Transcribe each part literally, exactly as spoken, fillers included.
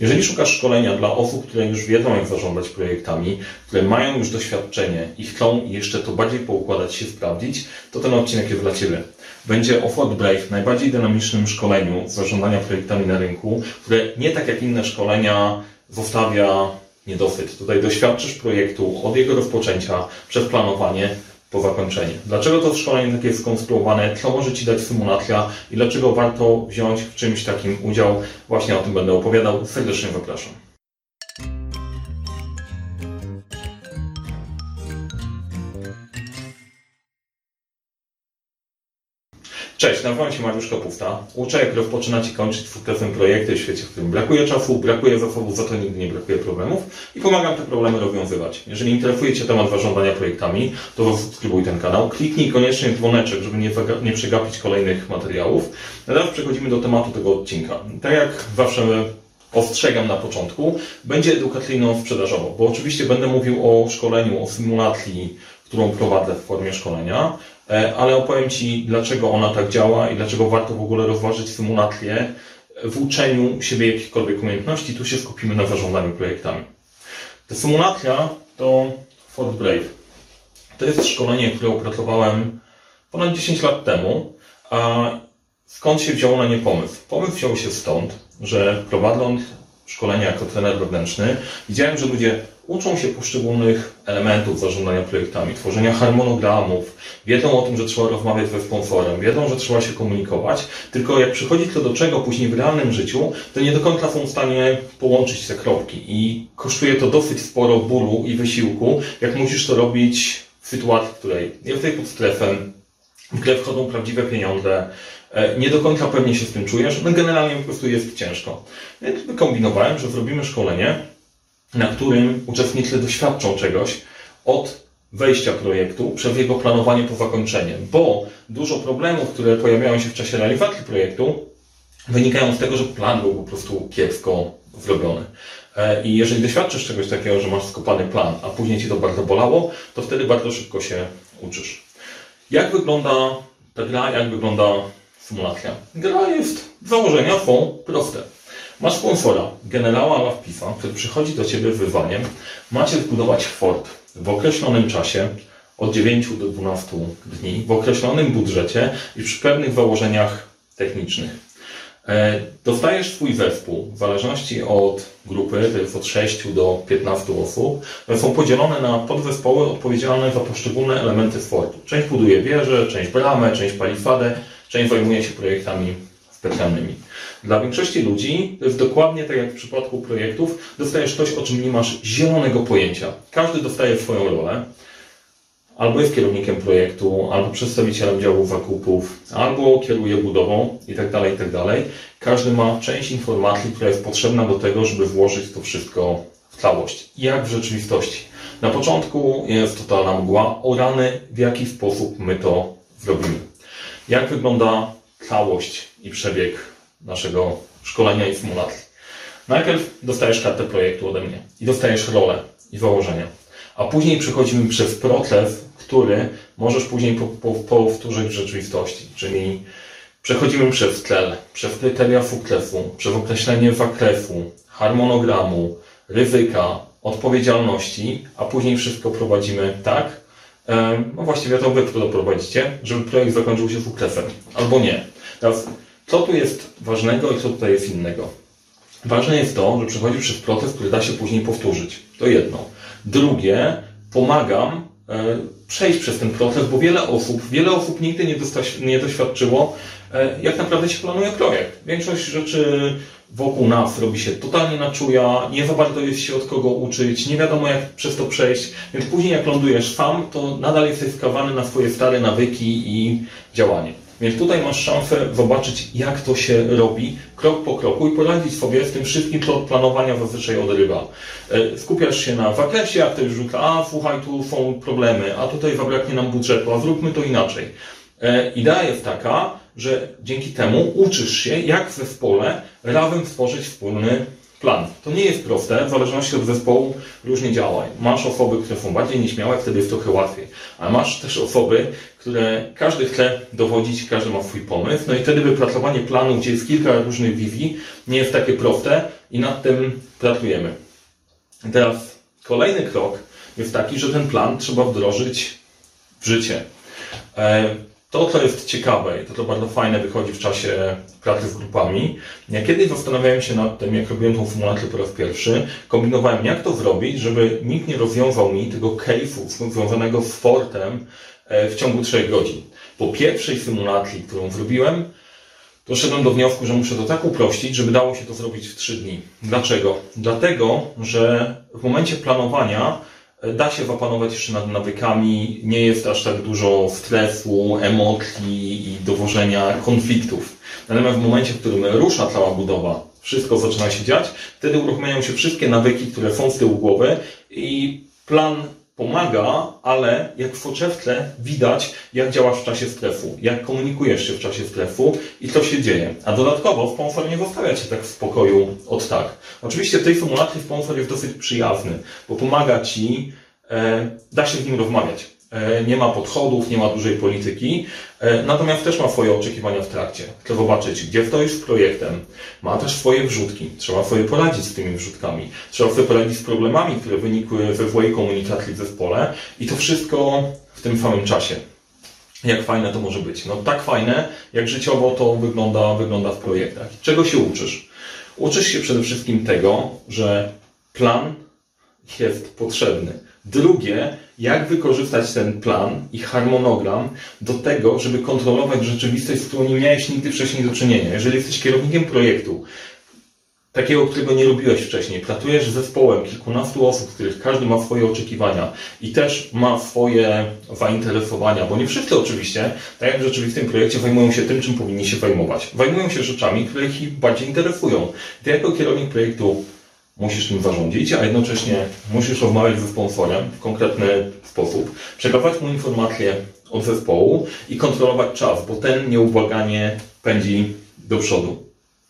Jeżeli szukasz szkolenia dla osób, które już wiedzą, jak zarządzać projektami, które mają już doświadczenie i chcą jeszcze to bardziej poukładać się, sprawdzić, to ten odcinek jest dla Ciebie. Będzie o Fort Brave, najbardziej dynamicznym szkoleniu zarządzania projektami na rynku, które nie tak jak inne szkolenia zostawia niedosyt. Tutaj doświadczysz projektu od jego rozpoczęcia, przez planowanie, po zakończenie. Dlaczego to szkolenie takie jest skonstruowane, co może Ci dać symulacja i dlaczego warto wziąć w czymś takim udział, właśnie o tym będę opowiadał. Serdecznie zapraszam. Cześć, nazywam się Mariusz Kapufta. Uczę, jak rozpoczynać i kończyć sukcesem projekty w świecie, w którym brakuje czasu, brakuje zasobów, za to nigdy nie brakuje problemów i pomagam te problemy rozwiązywać. Jeżeli interesuje Cię temat zarządzania projektami, to subskrybuj ten kanał, kliknij koniecznie dzwoneczek, żeby nie, nie przegapić kolejnych materiałów. Teraz przechodzimy do tematu tego odcinka. Tak jak zawsze ostrzegam na początku, będzie edukacyjno-sprzedażowo, bo oczywiście będę mówił o szkoleniu, o symulacji, którą prowadzę w formie szkolenia, ale opowiem Ci, dlaczego ona tak działa i dlaczego warto w ogóle rozważyć symulację w uczeniu siebie jakichkolwiek umiejętności. Tu się skupimy na zarządzaniu projektami. Ta symulacja to Fort Brave. To jest szkolenie, które opracowałem ponad dziesięć lat temu. A skąd się wziął na nie pomysł? Pomysł wziął się stąd, że prowadząc szkolenia jako trener wewnętrzny, widziałem, że ludzie uczą się poszczególnych elementów zarządzania projektami, tworzenia harmonogramów, wiedzą o tym, że trzeba rozmawiać ze sponsorem, wiedzą, że trzeba się komunikować, tylko jak przychodzi to do czego później w realnym życiu, to nie do końca są w stanie połączyć te kropki i kosztuje to dosyć sporo bólu i wysiłku, jak musisz to robić w sytuacji, w której jesteś pod strefem, w grę wchodzą prawdziwe pieniądze, nie do końca pewnie się z tym czujesz, no generalnie po prostu jest ciężko. Więc wykombinowałem, że zrobimy szkolenie, na którym uczestnicy doświadczą czegoś od wejścia projektu, przez jego planowanie po zakończenie, bo dużo problemów, które pojawiają się w czasie realizacji projektu, wynikają z tego, że plan był po prostu kiepsko zrobiony. I jeżeli doświadczysz czegoś takiego, że masz skopany plan, a później Ci to bardzo bolało, to wtedy bardzo szybko się uczysz. Jak wygląda ta gra, jak wygląda symulacja? Gra jest, założenia są proste. Masz sponsora, generała Lawpisa, który przychodzi do Ciebie z wyzwaniem. Macie zbudować fort w określonym czasie, od dziewięciu do dwunastu dni, w określonym budżecie i przy pewnych założeniach technicznych. Dostajesz swój zespół, w zależności od grupy, to jest od sześciu do piętnastu osób, są podzielone na podzespoły odpowiedzialne za poszczególne elementy fortu. Część buduje wieżę, część bramę, część palisadę, część zajmuje się projektami specjalnymi. Dla większości ludzi to jest dokładnie tak jak w przypadku projektów, dostajesz coś, o czym nie masz zielonego pojęcia. Każdy dostaje swoją rolę, albo jest kierownikiem projektu, albo przedstawicielem działu zakupów, albo kieruje budową itd., itd. Każdy ma część informacji, która jest potrzebna do tego, żeby włożyć to wszystko w całość. Jak w rzeczywistości. Na początku jest totalna mgła, o rany, w jaki sposób my to zrobimy. Jak wygląda całość i przebieg naszego szkolenia i symulacji. Najpierw dostajesz kartę projektu ode mnie i dostajesz rolę i założenia. A później przechodzimy przez proces, który możesz później po, po, powtórzyć w rzeczywistości. Czyli przechodzimy przez cel, przez kryteria sukcesu, przez określenie zakresu, harmonogramu, ryzyka, odpowiedzialności, a później wszystko prowadzimy tak, no właściwie to wy to doprowadzicie, żeby projekt zakończył się sukcesem. Albo nie. Teraz, co tu jest ważnego i co tutaj jest innego? Ważne jest to, że przechodzi przez proces, który da się później powtórzyć. To jedno. Drugie, pomagam e, przejść przez ten proces, bo wiele osób, wiele osób nigdy nie, nie doświadczyło, e, jak naprawdę się planuje projekt. Większość rzeczy wokół nas robi się totalnie na czuja, nie za bardzo jest się od kogo uczyć, nie wiadomo jak przez to przejść, więc później jak lądujesz sam, to nadal jesteś skazany na swoje stare nawyki i działanie. Więc tutaj masz szansę zobaczyć, jak to się robi, krok po kroku i poradzić sobie z tym wszystkim, co od planowania zazwyczaj odrywa. Skupiasz się na zakresie, jak ktoś rzuca, a słuchaj, tu są problemy, a tutaj zabraknie nam budżetu, a zróbmy to inaczej. Idea jest taka, że dzięki temu uczysz się, jak w zespole razem stworzyć wspólny Plan. To nie jest proste, w zależności od zespołu różnie działa. Masz osoby, które są bardziej nieśmiałe, wtedy jest trochę łatwiej. Ale masz też osoby, które każdy chce dowodzić, każdy ma swój pomysł. No i wtedy wypracowanie planu, gdzie jest kilka różnych wizji, nie jest takie proste i nad tym pracujemy. I teraz kolejny krok jest taki, że ten plan trzeba wdrożyć w życie. To, co jest ciekawe i to, co bardzo fajne wychodzi w czasie pracy z grupami, ja kiedyś zastanawiałem się nad tym, jak robiłem tą symulację po raz pierwszy, kombinowałem, jak to zrobić, żeby nikt nie rozwiązał mi tego case'u związanego z sportem w ciągu trzech godzin. Po pierwszej symulacji, którą zrobiłem, doszedłem do wniosku, że muszę to tak uprościć, żeby dało się to zrobić w trzy dni. Dlaczego? Dlatego, że w momencie planowania da się zapanować jeszcze nad nawykami, nie jest aż tak dużo stresu, emocji i dowożenia konfliktów. Natomiast w momencie, w którym rusza cała budowa, wszystko zaczyna się dziać, wtedy uruchamiają się wszystkie nawyki, które są z tyłu głowy i plan pomaga, ale jak w soczewce widać, jak działasz w czasie stresu, jak komunikujesz się w czasie stresu i co się dzieje. A dodatkowo sponsor nie zostawia Cię tak w spokoju od tak. Oczywiście w tej symulacji sponsor jest dosyć przyjazny, bo pomaga Ci, e, da się z nim rozmawiać. E, nie ma podchodów, nie ma dużej polityki, e, natomiast też ma swoje oczekiwania w trakcie. Chcę zobaczyć, gdzie stoisz z projektem. Ma też swoje wrzutki. Trzeba sobie poradzić z tymi wrzutkami. Trzeba sobie poradzić z problemami, które wynikły ze złej komunikacji w zespole i to wszystko w tym samym czasie. Jak fajne to może być? No tak fajne, jak życiowo to wygląda, wygląda w projektach. Czego się uczysz? Uczysz się przede wszystkim tego, że plan jest potrzebny. Drugie, jak wykorzystać ten plan i harmonogram do tego, żeby kontrolować rzeczywistość, z którą nie miałeś nigdy wcześniej do czynienia. Jeżeli jesteś kierownikiem projektu, takiego, którego nie robiłeś wcześniej, pracujesz z zespołem kilkunastu osób, z których każdy ma swoje oczekiwania i też ma swoje zainteresowania, bo nie wszyscy oczywiście, tak jak w rzeczywistym projekcie, zajmują się tym, czym powinni się zajmować. Zajmują się rzeczami, które ich bardziej interesują. Ty jako kierownik projektu musisz nim zarządzić, a jednocześnie musisz rozmawiać ze sponsorem w konkretny sposób, przekazywać mu informacje od zespołu i kontrolować czas, bo ten nieubłaganie pędzi do przodu.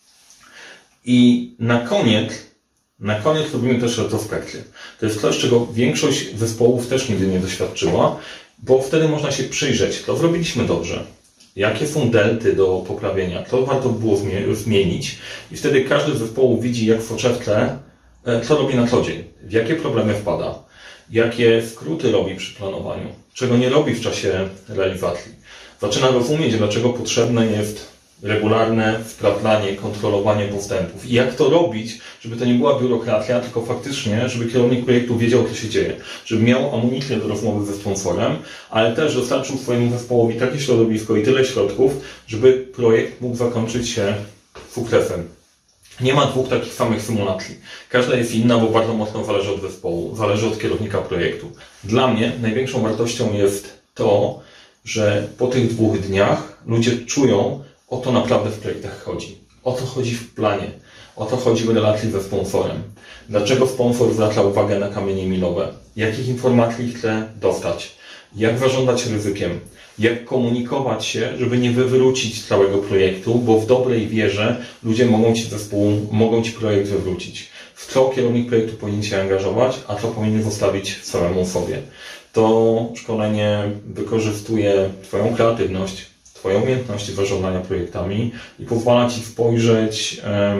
I na koniec, na koniec robimy też retrospekcję. To jest coś, czego większość zespołów też nigdy nie doświadczyła, bo wtedy można się przyjrzeć, co zrobiliśmy dobrze, jakie są delty do poprawienia, co warto było zmienić i wtedy każdy z zespołów widzi, jak w soczewce, co robi na co dzień, w jakie problemy wpada, jakie skróty robi przy planowaniu, czego nie robi w czasie realizacji. Zaczyna rozumieć, dlaczego potrzebne jest regularne sprawdzanie, kontrolowanie postępów. I jak to robić, żeby to nie była biurokracja, tylko faktycznie, żeby kierownik projektu wiedział, co się dzieje. Żeby miał amunicję do rozmowy ze sponsorem, ale też dostarczył swojemu zespołowi takie środowisko i tyle środków, żeby projekt mógł zakończyć się sukcesem. Nie ma dwóch takich samych symulacji. Każda jest inna, bo bardzo mocno zależy od zespołu, zależy od kierownika projektu. Dla mnie największą wartością jest to, że po tych dwóch dniach ludzie czują, o to naprawdę w projektach chodzi. O to chodzi w planie. O to chodzi w relacji ze sponsorem. Dlaczego sponsor zwraca uwagę na kamienie milowe? Jakich informacji chce dostać? Jak zarządzać ryzykiem? Jak komunikować się, żeby nie wywrócić całego projektu, bo w dobrej wierze ludzie mogą Ci zespół, mogą Ci projekt wywrócić. W co kierownik projektu powinien się angażować, a co powinien zostawić samemu sobie. To szkolenie wykorzystuje Twoją kreatywność, Twoje umiejętności zarządzania projektami i pozwala Ci spojrzeć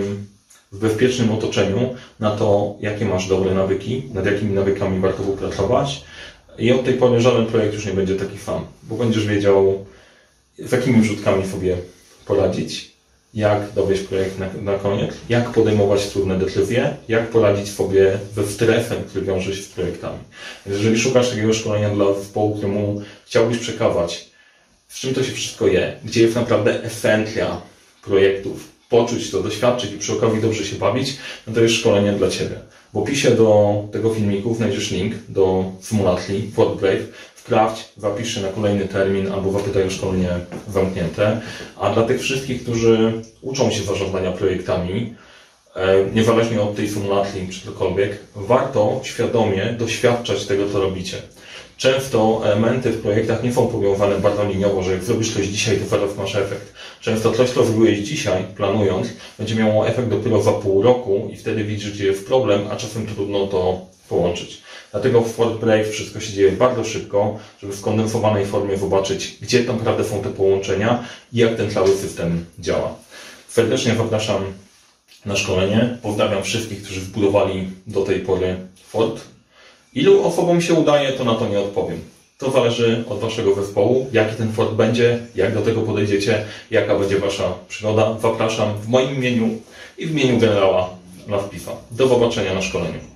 w bezpiecznym otoczeniu na to, jakie masz dobre nawyki, nad jakimi nawykami warto popracować. I od tej pory żaden projekt już nie będzie taki sam, bo będziesz wiedział, z jakimi wrzutkami sobie poradzić, jak dowieść projekt na, na koniec, jak podejmować trudne decyzje, jak poradzić sobie ze stresem, który wiąże się z projektami. Więc jeżeli szukasz takiego szkolenia dla zespołu, któremu chciałbyś przekazać, z czym to się wszystko je, gdzie jest naprawdę esencja projektów, poczuć to, doświadczyć i przy okazji dobrze się bawić, no to jest szkolenie dla Ciebie. W opisie do tego filmiku znajdziesz link do symulacji WordBrave. Sprawdź, zapisz się na kolejny termin albo zapytaj o szkolenie zamknięte. A dla tych wszystkich, którzy uczą się zarządzania projektami, niezależnie od tej sumy lat czy cokolwiek, warto świadomie doświadczać tego, co robicie. Często elementy w projektach nie są powiązywane bardzo liniowo, że jak zrobisz coś dzisiaj, to zaraz masz efekt. Często coś, co zrobiłeś dzisiaj, planując, będzie miało efekt dopiero za pół roku i wtedy widzisz, gdzie jest problem, a czasem trudno to połączyć. Dlatego w FortBrave wszystko się dzieje bardzo szybko, żeby w skondensowanej formie zobaczyć, gdzie naprawdę są te połączenia i jak ten cały system działa. Serdecznie zapraszam na szkolenie. Pozdrawiam wszystkich, którzy zbudowali do tej pory Fort. Ilu osobom się udaje, to na to nie odpowiem. To zależy od Waszego zespołu, jaki ten Fort będzie, jak do tego podejdziecie, jaka będzie Wasza przygoda. Zapraszam w moim imieniu i w imieniu generała Lawpisa. Do zobaczenia na szkoleniu.